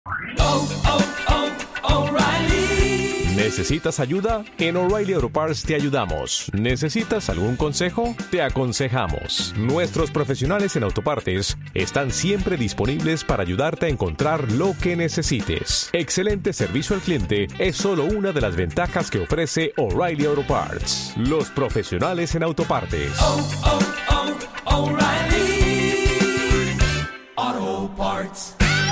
O'Reilly. ¿Necesitas ayuda? En O'Reilly Auto Parts te ayudamos. ¿Necesitas algún consejo? Te aconsejamos. Nuestros profesionales en autopartes están siempre disponibles para ayudarte a encontrar lo que necesites. Excelente servicio al cliente es solo una de las ventajas que ofrece O'Reilly Auto Parts. Los profesionales en autopartes. O'Reilly Auto Parts.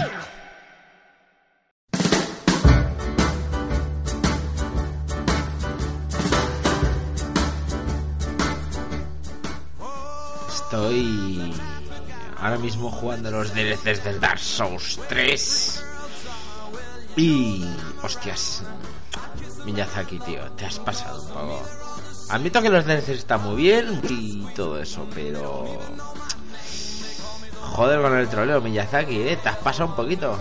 Estoy ahora mismo jugando los DLCs del Dark Souls 3 y... hostias, Miyazaki, tío, te has pasado un poco. Admito que los DLCs están muy bien y todo eso, pero... joder con el troleo, Miyazaki, te has pasado un poquito.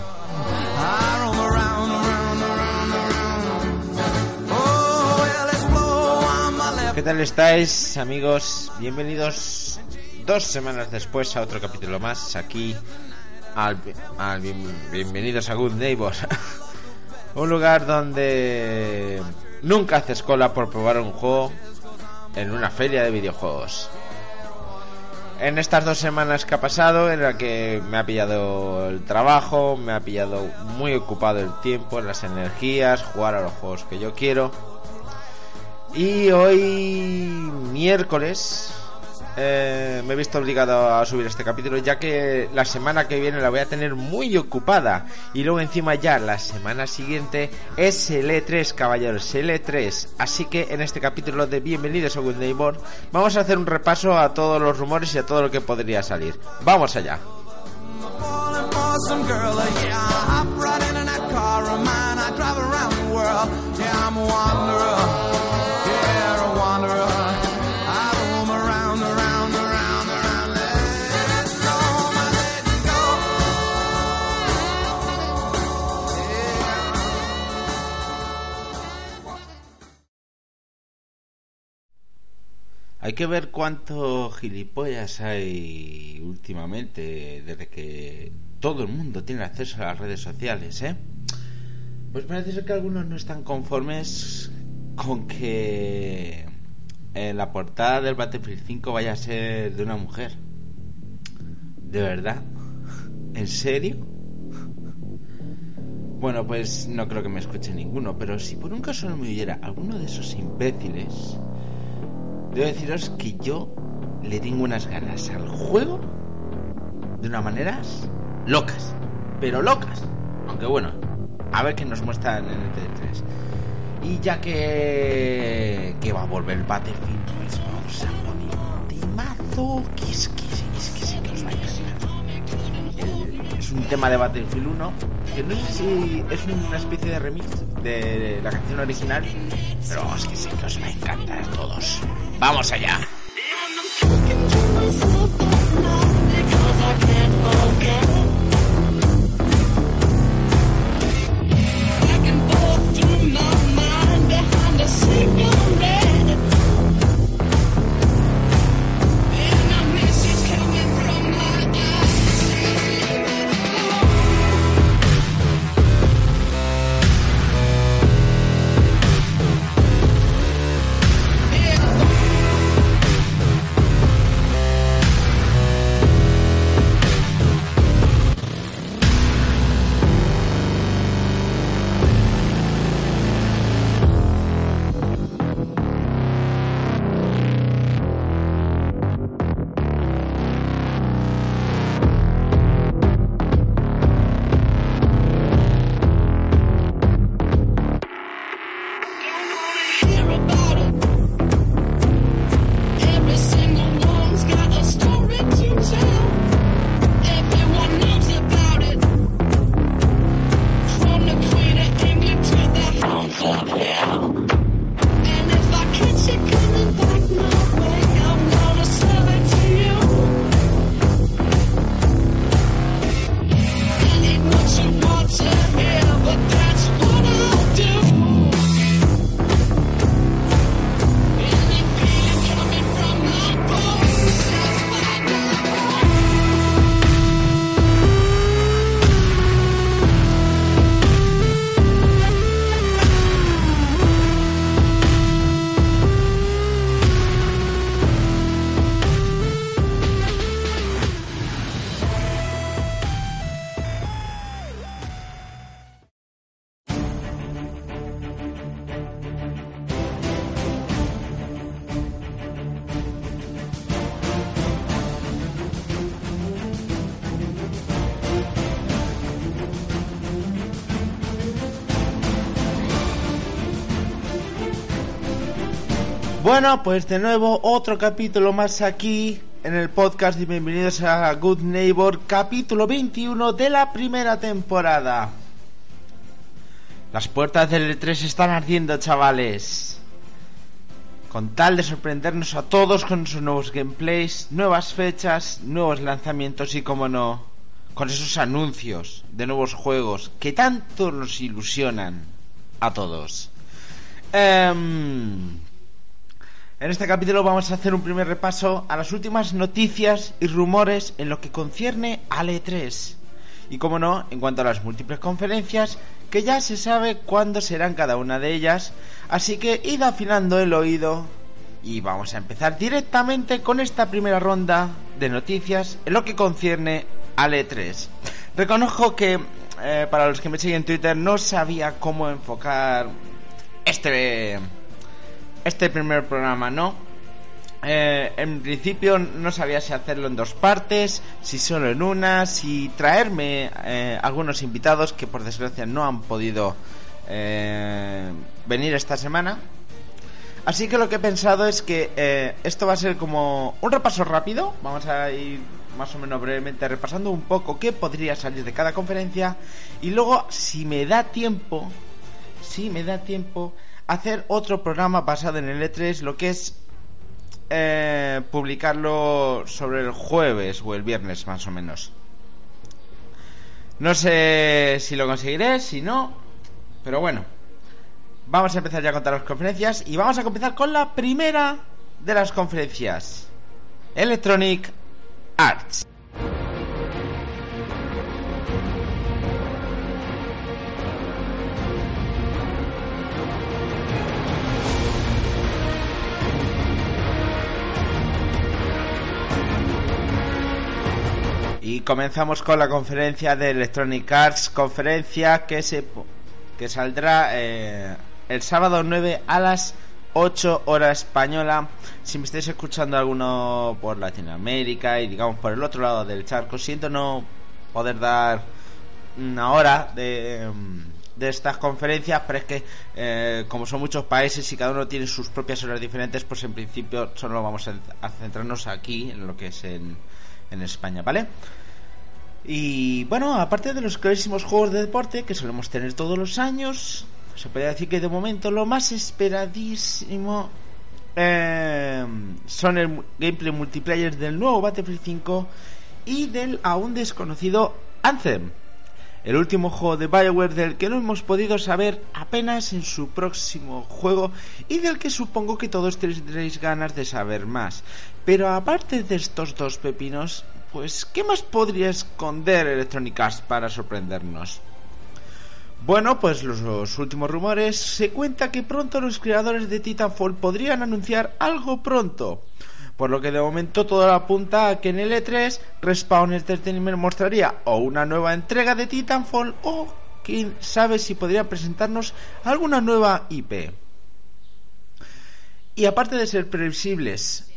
¿Qué tal estáis, amigos? Bienvenidos 2 semanas después a otro capítulo más aquí bienvenidos a Good Neighbors. Un lugar donde nunca haces cola por probar un juego en una feria de videojuegos. En estas 2 semanas que ha pasado, en la que me ha pillado el trabajo, me ha pillado muy ocupado el tiempo, las energías, jugar a los juegos que yo quiero. Y hoy, miércoles, me he visto obligado a subir este capítulo, ya que la semana que viene la voy a tener muy ocupada. Y luego encima ya la semana siguiente es el E3, caballeros, el E3. Así que en este capítulo de Bienvenidos a Good Neighbor vamos a hacer un repaso a todos los rumores y a todo lo que podría salir. ¡Vamos allá! Hay que ver cuánto gilipollas hay últimamente, desde que todo el mundo tiene acceso a las redes sociales, ¿eh? Pues parece ser que algunos no están conformes con que la portada del Battlefield 5 vaya a ser de una mujer. ¿De verdad? ¿En serio? Bueno, pues no creo que me escuche ninguno, pero si por un caso no me oyera alguno de esos imbéciles, debo deciros que yo le tengo unas ganas al juego de unas maneras locas, pero locas. Aunque bueno, a ver qué nos muestran en el T3. Y ya que va a volver el Battlefield, pues vamos a poner un temazo que es que sí que os va a encantar. Es un tema de Battlefield 1, que no sé si es una especie de remix de la canción original, pero es que sí que os va a encantar a todos. ¡Vamos allá! Bueno, pues de nuevo otro capítulo más aquí en el podcast y bienvenidos a Good Neighbor, capítulo 21 de la primera temporada. Las puertas del E3 están ardiendo, chavales, con tal de sorprendernos a todos con sus nuevos gameplays, nuevas fechas, nuevos lanzamientos y, como no, con esos anuncios de nuevos juegos que tanto nos ilusionan a todos. En este capítulo vamos a hacer un primer repaso a las últimas noticias y rumores en lo que concierne al E3. Y, como no, en cuanto a las múltiples conferencias, que ya se sabe cuándo serán cada una de ellas. Así que id afinando el oído y vamos a empezar directamente con esta primera ronda de noticias en lo que concierne al E3. Reconozco que para los que me siguen en Twitter no sabía cómo enfocar este primer programa, ¿no? En principio no sabía si hacerlo en dos partes, si solo en una, si traerme algunos invitados que por desgracia no han podido venir esta semana. Así que lo que he pensado es que esto va a ser como un repaso rápido. Vamos a ir más o menos brevemente repasando un poco qué podría salir de cada conferencia. Y luego, si me da tiempo, hacer otro programa basado en el E3, lo que es publicarlo sobre el jueves o el viernes más o menos. No sé si lo conseguiré, si no, pero bueno, vamos a empezar ya a contar las conferencias y vamos a comenzar con la primera de las conferencias: Electronic Arts. Y comenzamos con la conferencia de Electronic Arts, conferencia que saldrá el sábado 9 a las 8 hora española. Si me estáis escuchando alguno por Latinoamérica y digamos por el otro lado del charco, siento no poder dar una hora de estas conferencias, pero es que como son muchos países y cada uno tiene sus propias horas diferentes, pues en principio solo vamos a centrarnos aquí en lo que es en España, ¿vale? Y bueno, aparte de los clarísimos juegos de deporte que solemos tener todos los años, se podría decir que de momento lo más esperadísimo son el gameplay multiplayer del nuevo Battlefield 5 y del aún desconocido Anthem, el último juego de BioWare del que no hemos podido saber apenas en su próximo juego y del que supongo que todos tendréis ganas de saber más. Pero aparte de estos dos pepinos, pues ¿qué más podría esconder Electronic Arts para sorprendernos? Bueno, pues los últimos rumores se cuenta que pronto los creadores de Titanfall podrían anunciar algo pronto, por lo que de momento todo apunta a que en el E3 Respawn Entertainment mostraría o una nueva entrega de Titanfall o quién sabe si podría presentarnos alguna nueva IP. Y aparte de ser previsibles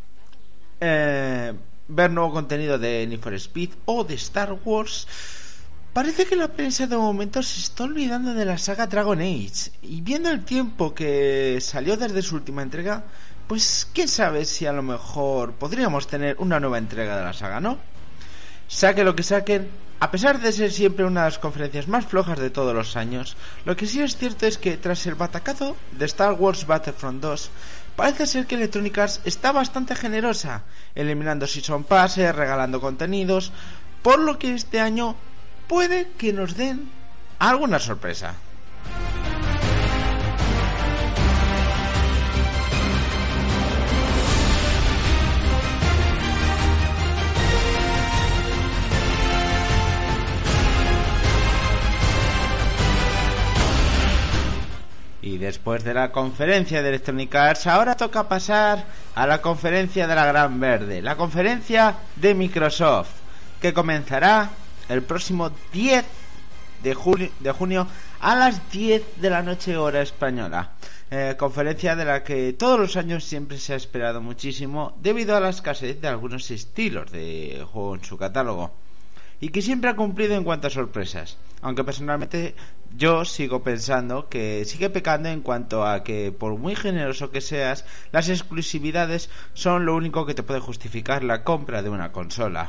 ver nuevo contenido de Need for Speed o de Star Wars, parece que la prensa de momento se está olvidando de la saga Dragon Age, y viendo el tiempo que salió desde su última entrega, pues quién sabe si a lo mejor podríamos tener una nueva entrega de la saga, ¿no? Saque lo que saquen, a pesar de ser siempre una de las conferencias más flojas de todos los años, lo que sí es cierto es que tras el batacazo de Star Wars Battlefront 2, parece ser que Electronic Arts está bastante generosa, eliminando Season Passes, regalando contenidos, por lo que este año puede que nos den alguna sorpresa. Y después de la conferencia de Electronic Arts, ahora toca pasar a la conferencia de la Gran Verde, la conferencia de Microsoft, que comenzará el próximo 10 de junio a las 10 de la noche hora española. Conferencia de la que todos los años siempre se ha esperado muchísimo debido a la escasez de algunos estilos de juego en su catálogo. y que siempre ha cumplido en cuanto a sorpresas, aunque personalmente yo sigo pensando que sigue pecando en cuanto a que, por muy generoso que seas, las exclusividades son lo único que te puede justificar la compra de una consola.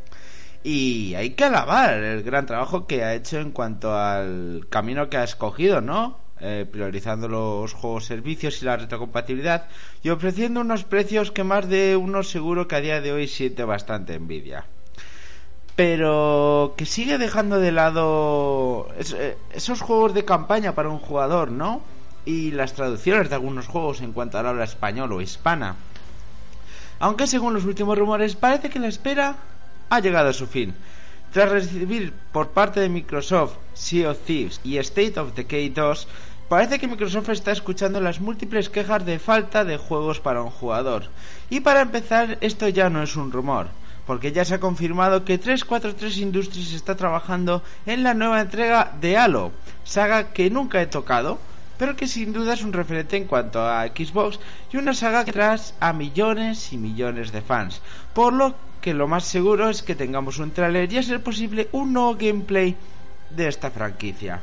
Y hay que alabar el gran trabajo que ha hecho en cuanto al camino que ha escogido, ¿no? Priorizando los juegos, servicios y la retrocompatibilidad, y ofreciendo unos precios que más de uno seguro que a día de hoy siente bastante envidia. Pero que sigue dejando de lado esos juegos de campaña para un jugador, ¿no? Y las traducciones de algunos juegos en cuanto al habla español o hispana. Aunque según los últimos rumores parece que la espera ha llegado a su fin. Tras recibir por parte de Microsoft Sea of Thieves y State of Decay 2, parece que Microsoft está escuchando las múltiples quejas de falta de juegos para un jugador. Y para empezar, esto ya no es un rumor, porque ya se ha confirmado que 343 Industries está trabajando en la nueva entrega de Halo, saga que nunca he tocado, pero que sin duda es un referente en cuanto a Xbox y una saga que trae a millones y millones de fans, por lo que lo más seguro es que tengamos un tráiler y a ser posible un nuevo gameplay de esta franquicia.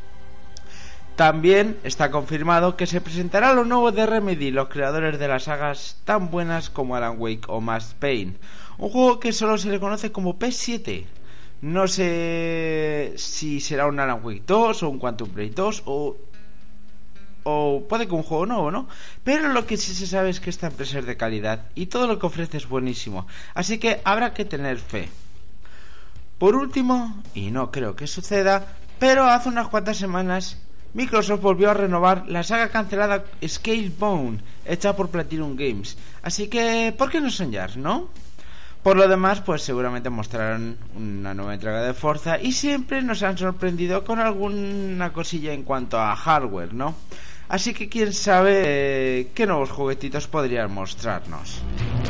También está confirmado que se presentará lo nuevo de Remedy, los creadores de las sagas tan buenas como Alan Wake o Max Payne, un juego que solo se le conoce como PS7. No sé si será un Alan Wake 2 o un Quantum Break 2 o puede que un juego nuevo, ¿no? Pero lo que sí se sabe es que esta empresa es de calidad y todo lo que ofrece es buenísimo, así que habrá que tener fe. Por último, y no creo que suceda, pero hace unas cuantas semanas Microsoft volvió a renovar la saga cancelada Scalebound, hecha por Platinum Games, así que ¿por qué no soñar, no? Por lo demás, pues seguramente mostrarán una nueva entrega de Forza y siempre nos han sorprendido con alguna cosilla en cuanto a hardware, ¿no? Así que quién sabe qué nuevos juguetitos podrían mostrarnos.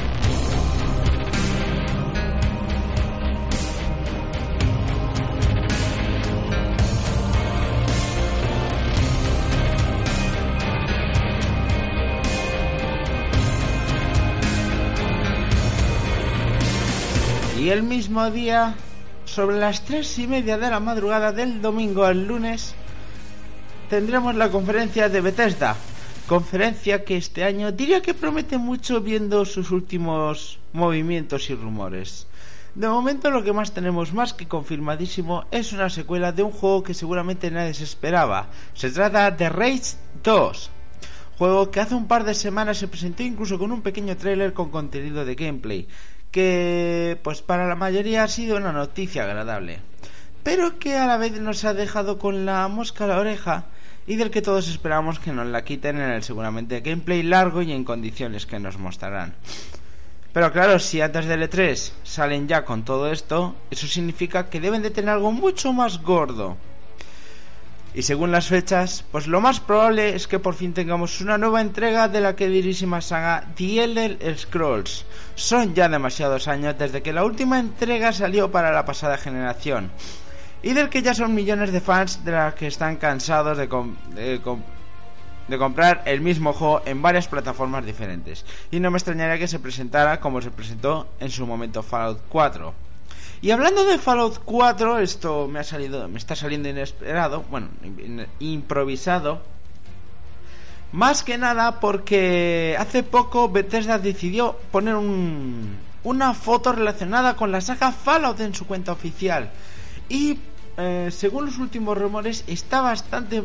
Y el mismo día, sobre las 3:30 de la madrugada del domingo al lunes, tendremos la conferencia de Bethesda. Conferencia que este año diría que promete mucho viendo sus últimos movimientos y rumores. De momento lo que más tenemos más que confirmadísimo es una secuela de un juego que seguramente nadie se esperaba. Se trata de Rage 2. Juego que hace un par de semanas se presentó incluso con un pequeño tráiler con contenido de gameplay, que pues para la mayoría ha sido una noticia agradable, pero que a la vez nos ha dejado con la mosca a la oreja y del que todos esperamos que nos la quiten en el seguramente gameplay largo y en condiciones que nos mostrarán. Pero claro, si antes del E3 salen ya con todo esto, eso significa que deben de tener algo mucho más gordo. Y según las fechas, pues lo más probable es que por fin tengamos una nueva entrega de la queridísima saga The Elder Scrolls. Son ya demasiados años desde que la última entrega salió para la pasada generación, y del que ya son millones de fans de los que están cansados de comprar el mismo juego en varias plataformas diferentes. Y no me extrañaría que se presentara como se presentó en su momento Fallout 4. Y hablando de Fallout 4, esto me está saliendo inesperado, bueno, improvisado, más que nada porque hace poco Bethesda decidió poner una foto relacionada con la saga Fallout en su cuenta oficial. Y según los últimos rumores está bastante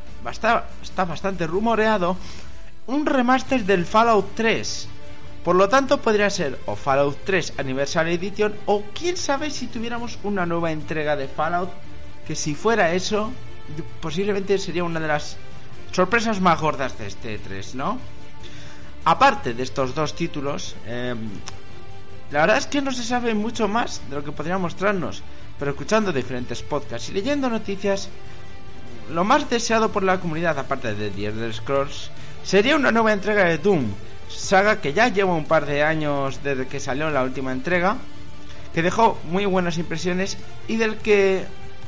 rumoreado un remaster del Fallout 3. Por lo tanto podría ser o Fallout 3 Anniversary Edition, o quién sabe si tuviéramos una nueva entrega de Fallout, que si fuera eso posiblemente sería una de las sorpresas más gordas de este E3, ¿no? Aparte de estos dos títulos, la verdad es que no se sabe mucho más de lo que podría mostrarnos, pero escuchando diferentes podcasts y leyendo noticias, lo más deseado por la comunidad, aparte de The Elder Scrolls, sería una nueva entrega de Doom, saga que ya lleva un par de años desde que salió la última entrega, que dejó muy buenas impresiones y del que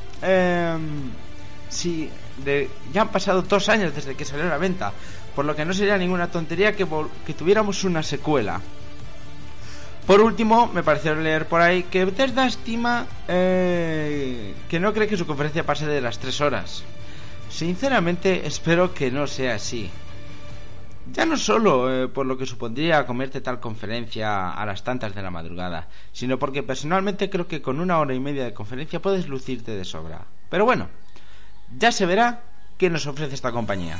ya han pasado 2 años desde que salió a la venta, por lo que no sería ninguna tontería que tuviéramos una secuela. Por último, me pareció leer por ahí que Bethesda estima que no cree que su conferencia pase de las 3 horas. Sinceramente, espero que no sea así. Ya no solo por lo que supondría comerte tal conferencia a las tantas de la madrugada, sino porque personalmente creo que con 1 hora y media de conferencia puedes lucirte de sobra. Pero bueno, ya se verá qué nos ofrece esta compañía.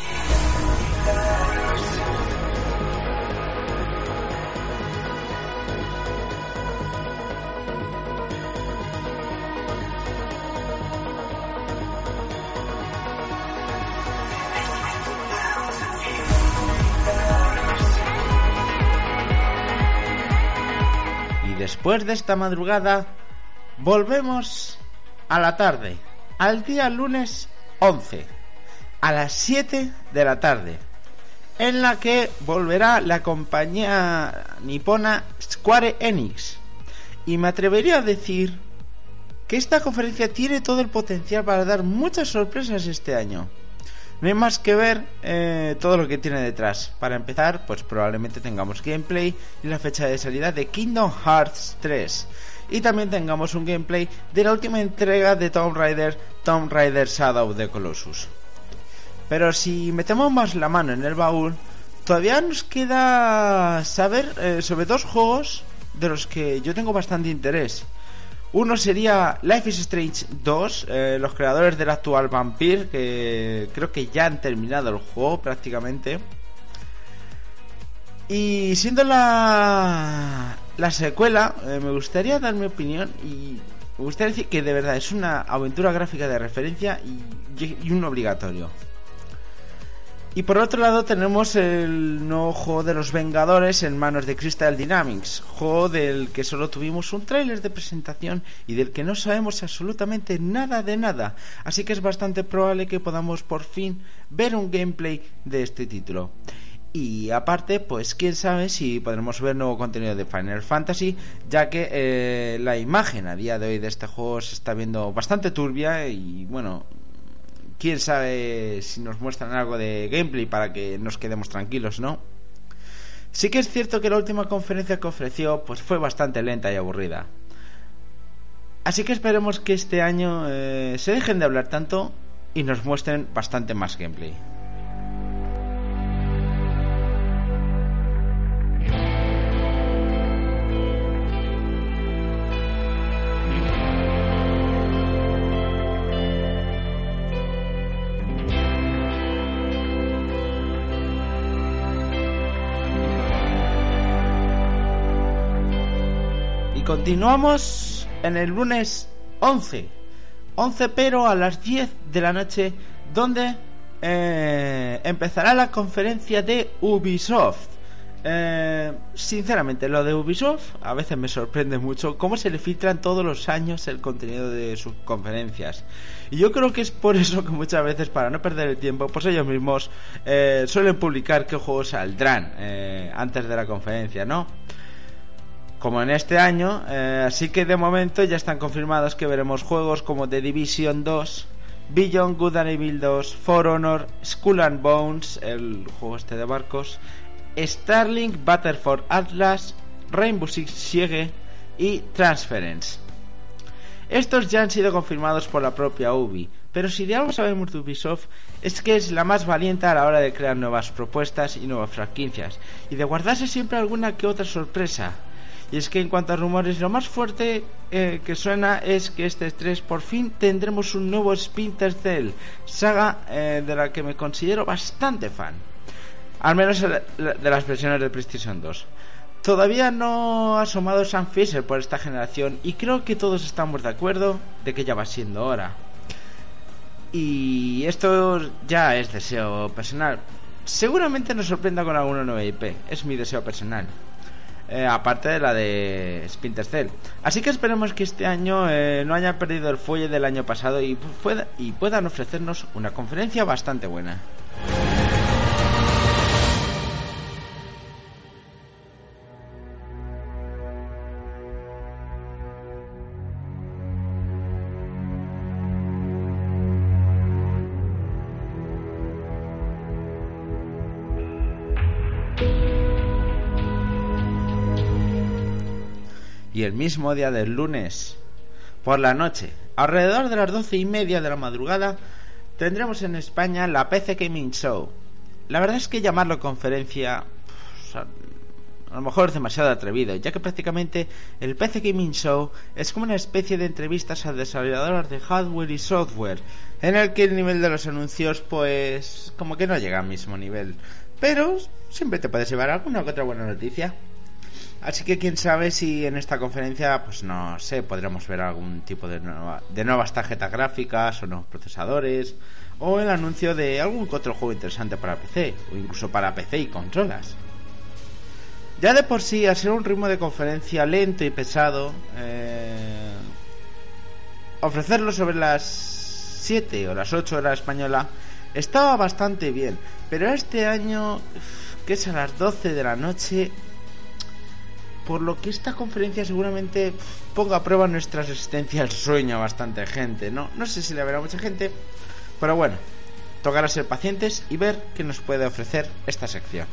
Después de esta madrugada, volvemos a la tarde, al día lunes 11, a las 7 de la tarde, en la que volverá la compañía nipona Square Enix. Y me atrevería a decir que esta conferencia tiene todo el potencial para dar muchas sorpresas este año. No hay más que ver todo lo que tiene detrás. Para empezar, pues probablemente tengamos gameplay y la fecha de salida de Kingdom Hearts 3. Y también tengamos un gameplay de la última entrega de Tomb Raider Shadow of the Colossus. Pero si metemos más la mano en el baúl, todavía nos queda saber sobre 2 juegos de los que yo tengo bastante interés. Uno sería Life is Strange 2, los creadores del actual Vampire, que creo que ya han terminado el juego prácticamente. Y siendo la secuela, me gustaría dar mi opinión y me gustaría decir que de verdad es una aventura gráfica de referencia y un obligatorio. Y por otro lado tenemos el nuevo juego de los Vengadores en manos de Crystal Dynamics, juego del que solo tuvimos un tráiler de presentación y del que no sabemos absolutamente nada de nada, así que es bastante probable que podamos por fin ver un gameplay de este título. Y aparte, pues quién sabe si podremos ver nuevo contenido de Final Fantasy, ya que la imagen a día de hoy de este juego se está viendo bastante turbia y bueno, quién sabe si nos muestran algo de gameplay para que nos quedemos tranquilos, ¿no? Sí que es cierto que la última conferencia que ofreció pues fue bastante lenta y aburrida. Así que esperemos que este año se dejen de hablar tanto y nos muestren bastante más gameplay. Continuamos en el lunes 11 pero a las 10 de la noche, donde empezará la conferencia de Ubisoft. Sinceramente, lo de Ubisoft a veces me sorprende mucho cómo se le filtran todos los años el contenido de sus conferencias. Y yo creo que es por eso que muchas veces, para no perder el tiempo, pues ellos mismos suelen publicar qué juegos saldrán antes de la conferencia, ¿no? Como en este año, así que de momento ya están confirmados que veremos juegos como The Division 2, Beyond Good and Evil 2, For Honor, Skull and Bones, el juego este de barcos, Starlink Battle for Atlas, Rainbow Six Siege y Transference. Estos ya han sido confirmados por la propia Ubi, pero si de algo sabemos de Ubisoft es que es la más valiente a la hora de crear nuevas propuestas y nuevas franquicias, y de guardarse siempre alguna que otra sorpresa. Y es que en cuanto a rumores, lo más fuerte que suena es que este 3 por fin tendremos un nuevo Splinter Cell, saga de la que me considero bastante fan, al menos de las versiones de PlayStation 2. Todavía no ha asomado Sam Fisher por esta generación y creo que todos estamos de acuerdo de que ya va siendo hora. Y esto ya es deseo personal. Seguramente nos sorprenda con alguna nueva IP, es mi deseo personal. Aparte de la de Splinter Cell. Así que esperemos que este año no haya perdido el fuelle del año pasado y puedan ofrecernos una conferencia bastante buena. Y el mismo día del lunes, por la noche, alrededor de las 12:30 de la madrugada, tendremos en España la PC Gaming Show. La verdad es que llamarlo conferencia, a lo mejor es demasiado atrevido, ya que prácticamente el PC Gaming Show es como una especie de entrevistas a desarrolladores de hardware y software, en el que el nivel de los anuncios pues como que no llega al mismo nivel, pero siempre te puedes llevar alguna que otra buena noticia. Así que quién sabe si en esta conferencia, pues no sé, podremos ver algún tipo de nuevas tarjetas gráficas o nuevos procesadores, o el anuncio de algún que otro juego interesante para PC, o incluso para PC y consolas. Ya de por sí, al ser un ritmo de conferencia lento y pesado, ofrecerlo sobre las 7 o las 8 horas española estaba bastante bien, pero este año, que es a las 12 de la noche, por lo que esta conferencia seguramente ponga a prueba nuestra resistencia al sueño a bastante gente. No sé si le habrá mucha gente, pero bueno, tocará ser pacientes y ver qué nos puede ofrecer esta sección.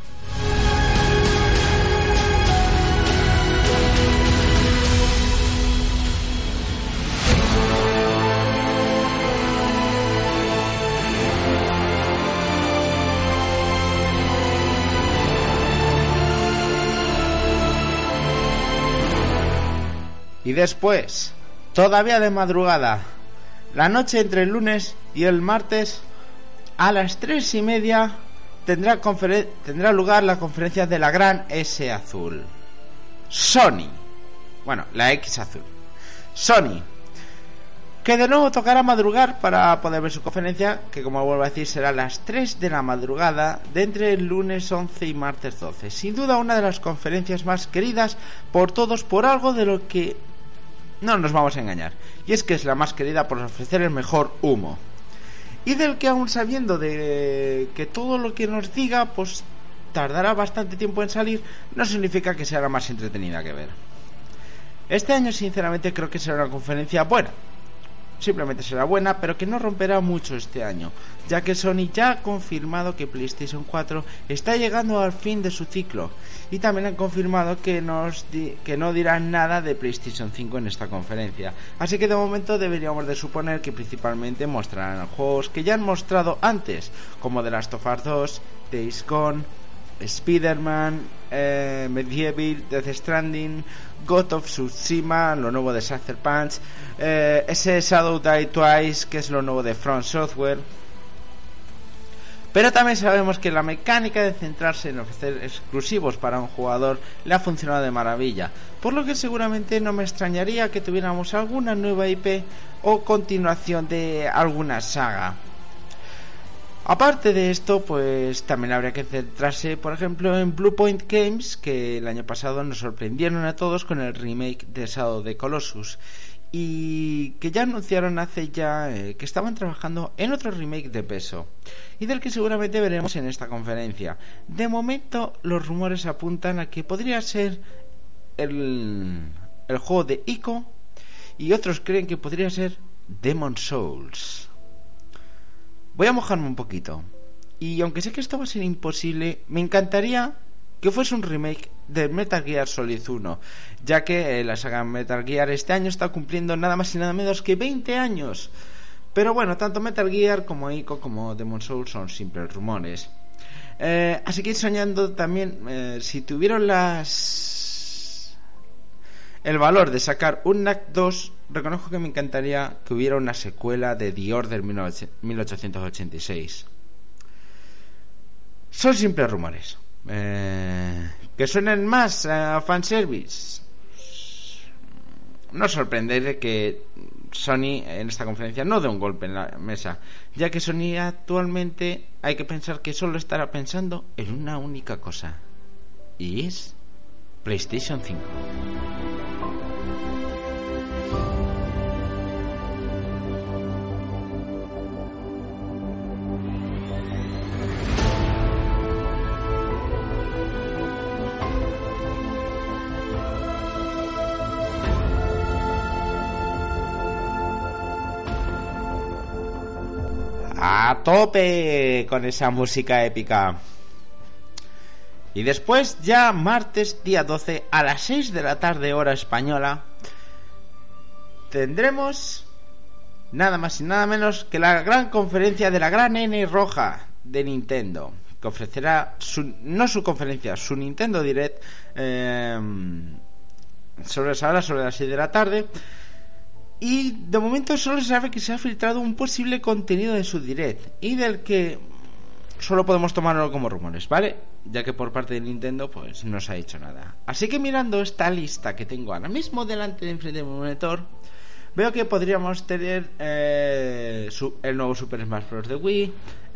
Y después, todavía de madrugada, la noche entre el lunes y el martes, a las 3:30 tendrá lugar la conferencia de la gran S azul. Sony. Bueno, la X azul. Sony. Que de nuevo tocará madrugar para poder ver su conferencia, que como vuelvo a decir será a las 3 de la madrugada de entre el lunes 11 y martes 12. Sin duda una de las conferencias más queridas por todos, por algo de lo que no nos vamos a engañar, y es que es la más querida por ofrecer el mejor humo, y del que aún sabiendo de que todo lo que nos diga pues tardará bastante tiempo en salir, no significa que sea la más entretenida que ver. Este año sinceramente creo que será una conferencia buena. Simplemente será buena, pero que no romperá mucho este año, ya que Sony ya ha confirmado que PlayStation 4 está llegando al fin de su ciclo, y también han confirmado que no dirán nada de PlayStation 5 en esta conferencia. Así que de momento deberíamos de suponer que principalmente mostrarán juegos que ya han mostrado antes, como The Last of Us 2, Days Gone, Spider-Man, Medieval, Death Stranding, God of Tsushima, lo nuevo de Sucker Punch, ese Shadow Die Twice, que es lo nuevo de From Software. Pero también sabemos que la mecánica de centrarse en ofrecer exclusivos para un jugador le ha funcionado de maravilla, por lo que seguramente no me extrañaría que tuviéramos alguna nueva IP o continuación de alguna saga. Aparte de esto, pues también habría que centrarse, por ejemplo, en Bluepoint Games, que el año pasado nos sorprendieron a todos con el remake de Shadow of the Colossus, y que ya anunciaron hace ya que estaban trabajando en otro remake de peso, y del que seguramente veremos en esta conferencia. De momento los rumores apuntan a que podría ser el juego de Ico, y otros creen que podría ser Demon's Souls. Voy a mojarme un poquito, y aunque sé que esto va a ser imposible, me encantaría que fuese un remake de Metal Gear Solid 1, ya que la saga Metal Gear este año está cumpliendo nada más y nada menos que 20 años. Pero bueno, tanto Metal Gear como Ico como Demon's Souls son simples rumores. Así que ir soñando también, si tuvieron el valor de sacar un NAC 2, reconozco que me encantaría que hubiera una secuela de The Order 1886. Son simples rumores. Que suenen más a fanservice. No sorprende que Sony en esta conferencia no dé un golpe en la mesa, ya que Sony actualmente hay que pensar que solo estará pensando en una única cosa, y es PlayStation 5. A tope con esa música épica. Y después, ya martes día 12 a las 6 de la tarde hora española, tendremos nada más y nada menos que la gran conferencia de la gran N roja de Nintendo, que ofrecerá su Nintendo Direct sobre las 6 de la tarde. Y de momento solo se sabe que se ha filtrado un posible contenido de su Direct, y del que solo podemos tomarlo como rumores, ¿vale? Ya que por parte de Nintendo pues no se ha dicho nada. Así que mirando esta lista que tengo ahora mismo delante de enfrente de mi monitor, veo que podríamos tener el nuevo Super Smash Bros. De Wii,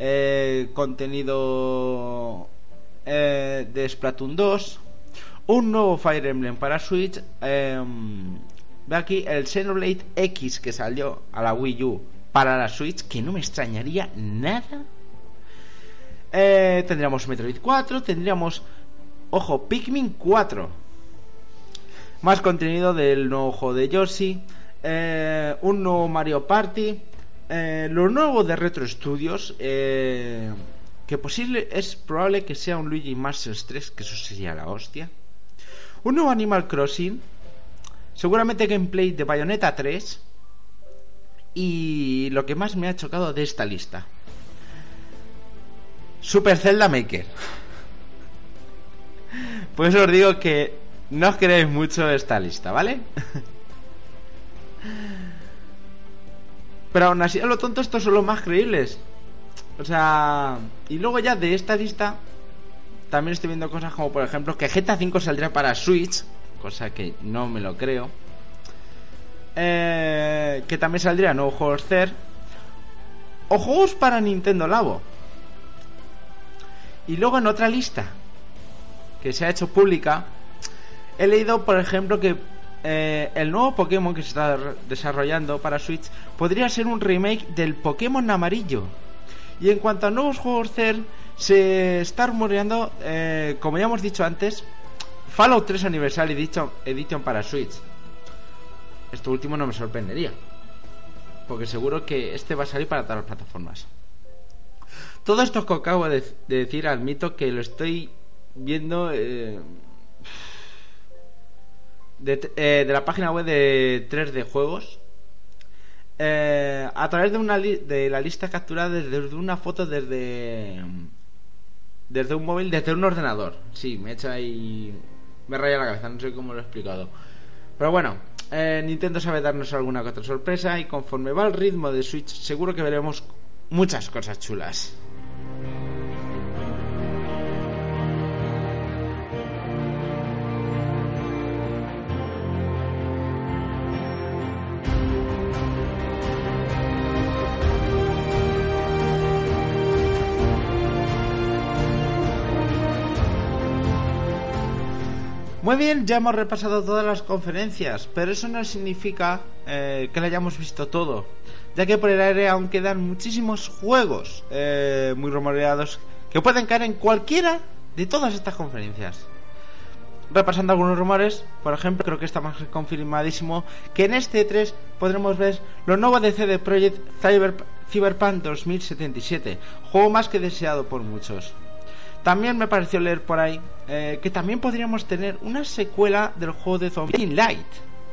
contenido de Splatoon 2, un nuevo Fire Emblem para Switch, veo aquí el Xenoblade X que salió a la Wii U para la Switch, que no me extrañaría nada. Tendríamos Metroid 4, tendríamos, ojo, Pikmin 4, más contenido del nuevo juego de Yoshi, un nuevo Mario Party, lo nuevo de Retro Studios, que es probable que sea un Luigi Masters 3, que eso sería la hostia, un nuevo Animal Crossing, seguramente gameplay de Bayonetta 3, y lo que más me ha chocado de esta lista, Super Zelda Maker. Pues os digo que no os creáis mucho esta lista, ¿vale? Pero aún así, a lo tonto, estos son los más creíbles. O sea, y luego ya de esta lista también estoy viendo cosas como, por ejemplo, que GTA V saldrá para Switch, cosa que no me lo creo. Que también saldría nuevos juegos CER o juegos para Nintendo Labo. Y luego en otra lista que se ha hecho pública, he leído, por ejemplo, que el nuevo Pokémon que se está desarrollando para Switch podría ser un remake del Pokémon amarillo. Y en cuanto a nuevos juegos CER, se está rumoreando, como ya hemos dicho antes, Fallout 3 Anniversary Edition para Switch. Esto último no me sorprendería, porque seguro que este va a salir para todas las plataformas. Todo esto que acabo de decir, admito que lo estoy viendo de la página web de 3D Juegos, a través de la lista capturada desde una foto desde un móvil, desde un ordenador. Sí, me echa ahí, me raya la cabeza, no sé cómo lo he explicado. Pero bueno, Nintendo sabe darnos alguna que otra sorpresa, y conforme va el ritmo de Switch seguro que veremos muchas cosas chulas. Muy bien, ya hemos repasado todas las conferencias, pero eso no significa que lo hayamos visto todo, ya que por el aire aún quedan muchísimos juegos muy rumoreados que pueden caer en cualquiera de todas estas conferencias. Repasando algunos rumores, por ejemplo, creo que está más confirmadísimo que en este E3 podremos ver lo nuevo de CD Projekt Cyberpunk 2077, juego más que deseado por muchos. También me pareció leer por ahí que también podríamos tener una secuela del juego de Zombie Light.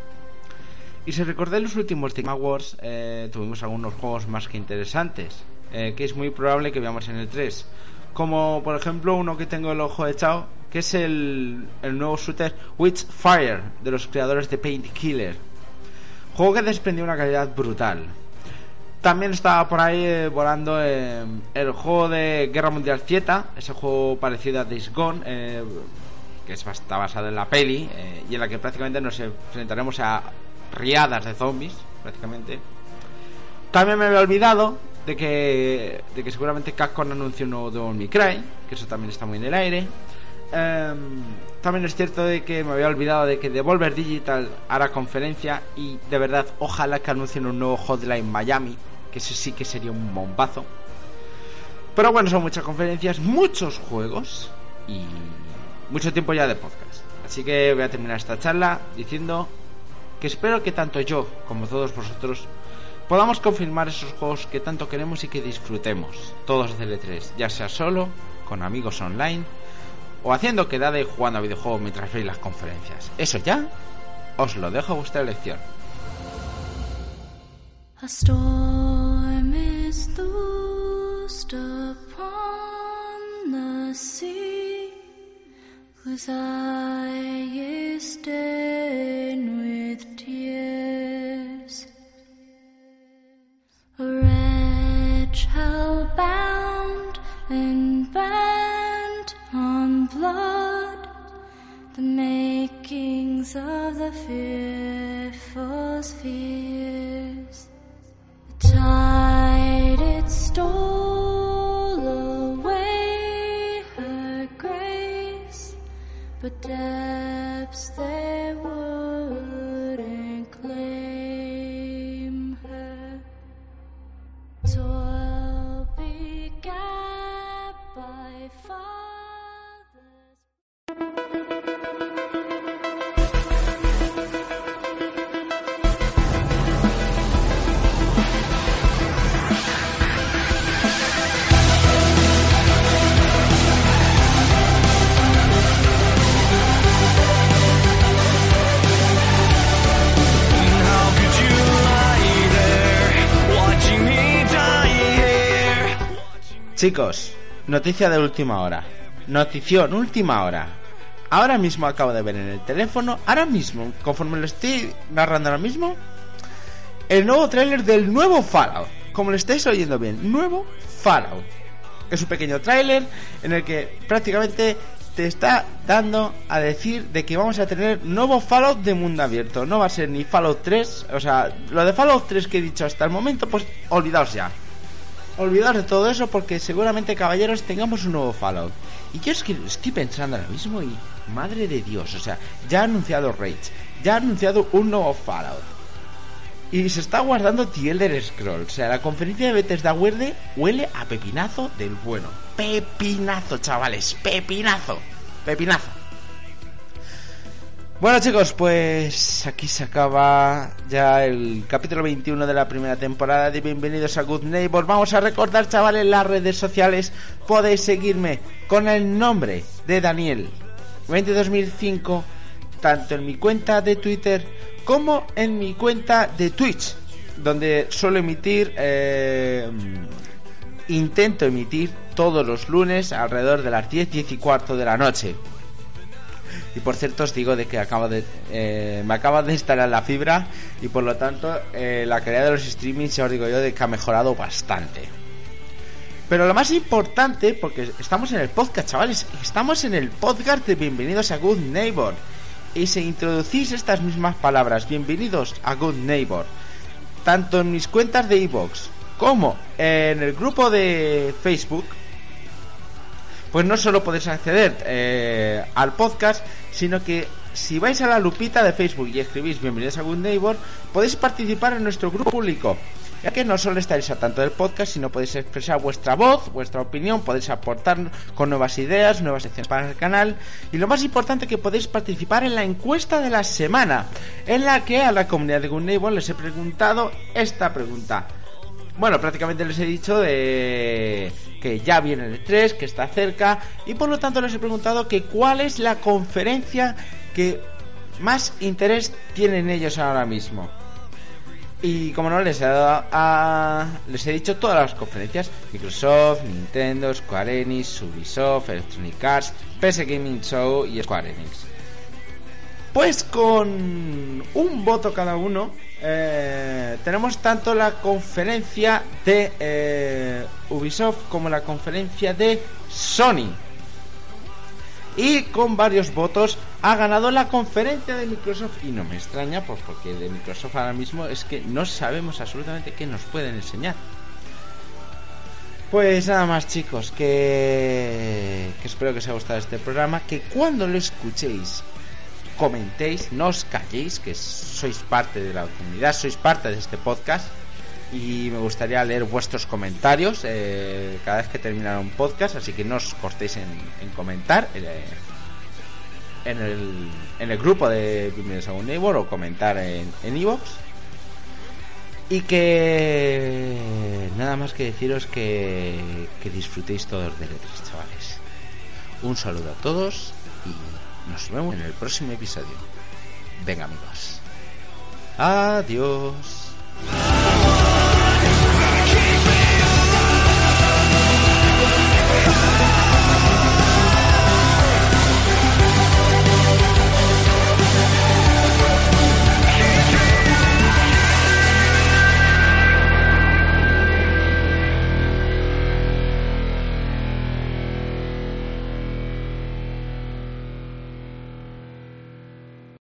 Y si recordáis los últimos Game Awards, tuvimos algunos juegos más que interesantes, que es muy probable que veamos en el 3. Como por ejemplo uno que tengo el ojo echado, que es el nuevo shooter Witchfire, de los creadores de Painkiller. Juego que desprendió una calidad brutal. También estaba por ahí volando el juego de Guerra Mundial Z, ese juego parecido a Days Gone, que está basado en la peli, y en la que prácticamente nos enfrentaremos a riadas de zombies, prácticamente. También me había olvidado de que seguramente Capcom anunció un nuevo Devil May Cry, que eso también está muy en el aire. También es cierto de que me había olvidado de que Devolver Digital hará conferencia, y de verdad ojalá que anuncien un nuevo Hotline Miami, que ese sí que sería un bombazo. Pero bueno, son muchas conferencias, muchos juegos y mucho tiempo ya de podcast. Así que voy a terminar esta charla diciendo que espero que tanto yo como todos vosotros podamos confirmar esos juegos que tanto queremos y que disfrutemos todos del E3, ya sea solo, con amigos online o haciendo quedada y jugando a videojuegos mientras veis las conferencias. Eso ya os lo dejo a vuestra elección. A storm is loosed upon the sea, whose eye is stained with tears. A wretch hell-bound and bent on blood, the makings of the fearful spheres. The tide it stole away her grace, but depths they wouldn't claim her. Toil begat by fathers. Chicos, noticia de última hora. Notición, última hora. Ahora mismo acabo de ver en el teléfono, ahora mismo, conforme lo estoy narrando ahora mismo, el nuevo tráiler del nuevo Fallout. Como lo estáis oyendo bien, nuevo Fallout. Es un pequeño tráiler en el que prácticamente te está dando a decir de que vamos a tener nuevo Fallout de mundo abierto. No va a ser ni Fallout 3, o sea, lo de Fallout 3 que he dicho hasta el momento, pues olvidaos ya. Olvidaos de todo eso porque seguramente, caballeros, tengamos un nuevo Fallout. Y yo es que estoy pensando ahora mismo y... madre de Dios, o sea, ya ha anunciado Rage, ya ha anunciado un nuevo Fallout. Y se está guardando The Elder Scrolls. O sea, la conferencia de Bethesda huele a pepinazo del bueno. Pepinazo, chavales, pepinazo. Pepinazo. Bueno, chicos, pues aquí se acaba ya el capítulo 21 de la primera temporada de Bienvenidos a Good Neighbor. Vamos a recordar, chavales, las redes sociales. Podéis seguirme con el nombre de Daniel 2005, tanto en mi cuenta de Twitter como en mi cuenta de Twitch, donde suelo emitir, intento emitir todos los lunes alrededor de las 10:15 de la noche. Y por cierto os digo de que me acaba de instalar la fibra y por lo tanto la calidad de los streamings, ya os digo yo, de que ha mejorado bastante. Pero lo más importante, porque estamos en el podcast, chavales, estamos en el podcast de Bienvenidos a Good Neighbor. Y si introducís estas mismas palabras, bienvenidos a Good Neighbor, tanto en mis cuentas de iVoox como en el grupo de Facebook, pues no solo podéis acceder al podcast, sino que si vais a la lupita de Facebook y escribís Bienvenidos a Good Neighbor, podéis participar en nuestro grupo público, ya que no solo estaréis al tanto del podcast, sino podéis expresar vuestra voz, vuestra opinión, podéis aportar con nuevas ideas, nuevas secciones para el canal, y lo más importante, que podéis participar en la encuesta de la semana, en la que a la comunidad de Good Neighbor les he preguntado esta pregunta. Bueno, prácticamente les he dicho de que ya viene el E3, que está cerca, y por lo tanto les he preguntado que cuál es la conferencia que más interés tienen ellos ahora mismo. Y como no, les he dicho todas las conferencias: Microsoft, Nintendo, Square Enix, Ubisoft, Electronic Arts, PS Gaming Show y Square Enix. Pues con un voto cada uno, tenemos tanto la conferencia de Ubisoft como la conferencia de Sony. Y con varios votos ha ganado la conferencia de Microsoft. Y no me extraña, pues porque de Microsoft ahora mismo es que no sabemos absolutamente qué nos pueden enseñar. Pues nada más, chicos, que espero que os haya gustado este programa, que cuando lo escuchéis comentéis, no os calléis, que sois parte de la comunidad, sois parte de este podcast, y me gustaría leer vuestros comentarios cada vez que terminara un podcast, así que no os cortéis en comentar en el grupo de Bienvenidos a un Neighbor o comentar en iVoox. Y que nada más que deciros que disfrutéis todos del E3, chavales. Un saludo a todos y nos vemos en el próximo episodio. Venga, amigos. Adiós.